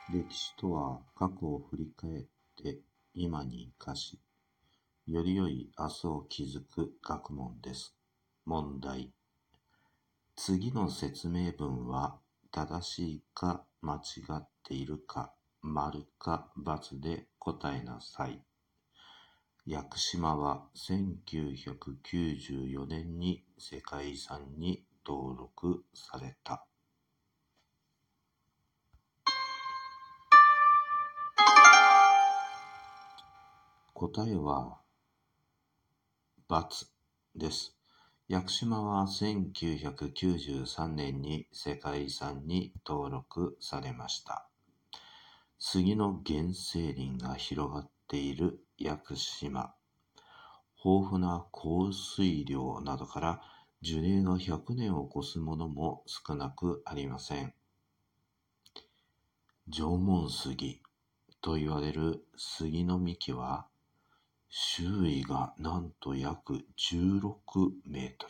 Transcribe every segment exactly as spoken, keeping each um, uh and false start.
歴史とは過去を振り返って今に生かし、より良い明日を築く学問です。問題。次の説明文は正しいか間違っているか、丸か×で答えなさい。屋久島はせんきゅうひゃくきゅうじゅうよねんに世界遺産に登録された。答えは×です。屋久島はせんきゅうひゃくきゅうじゅうさんねんに世界遺産に登録されました。杉の原生林が広がっている屋久島。豊富な降水量などから樹齢がひゃくねんを超すものも少なくありません。縄文杉と言われる杉の幹は周囲がなんと約じゅうろくメートル。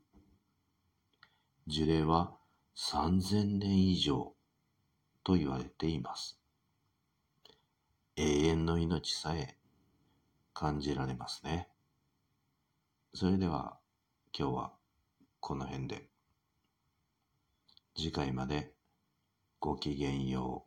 樹齢はさんぜんねん以上と言われています。永遠の命さえ感じられますね。それでは今日はこの辺で。次回までごきげんよう。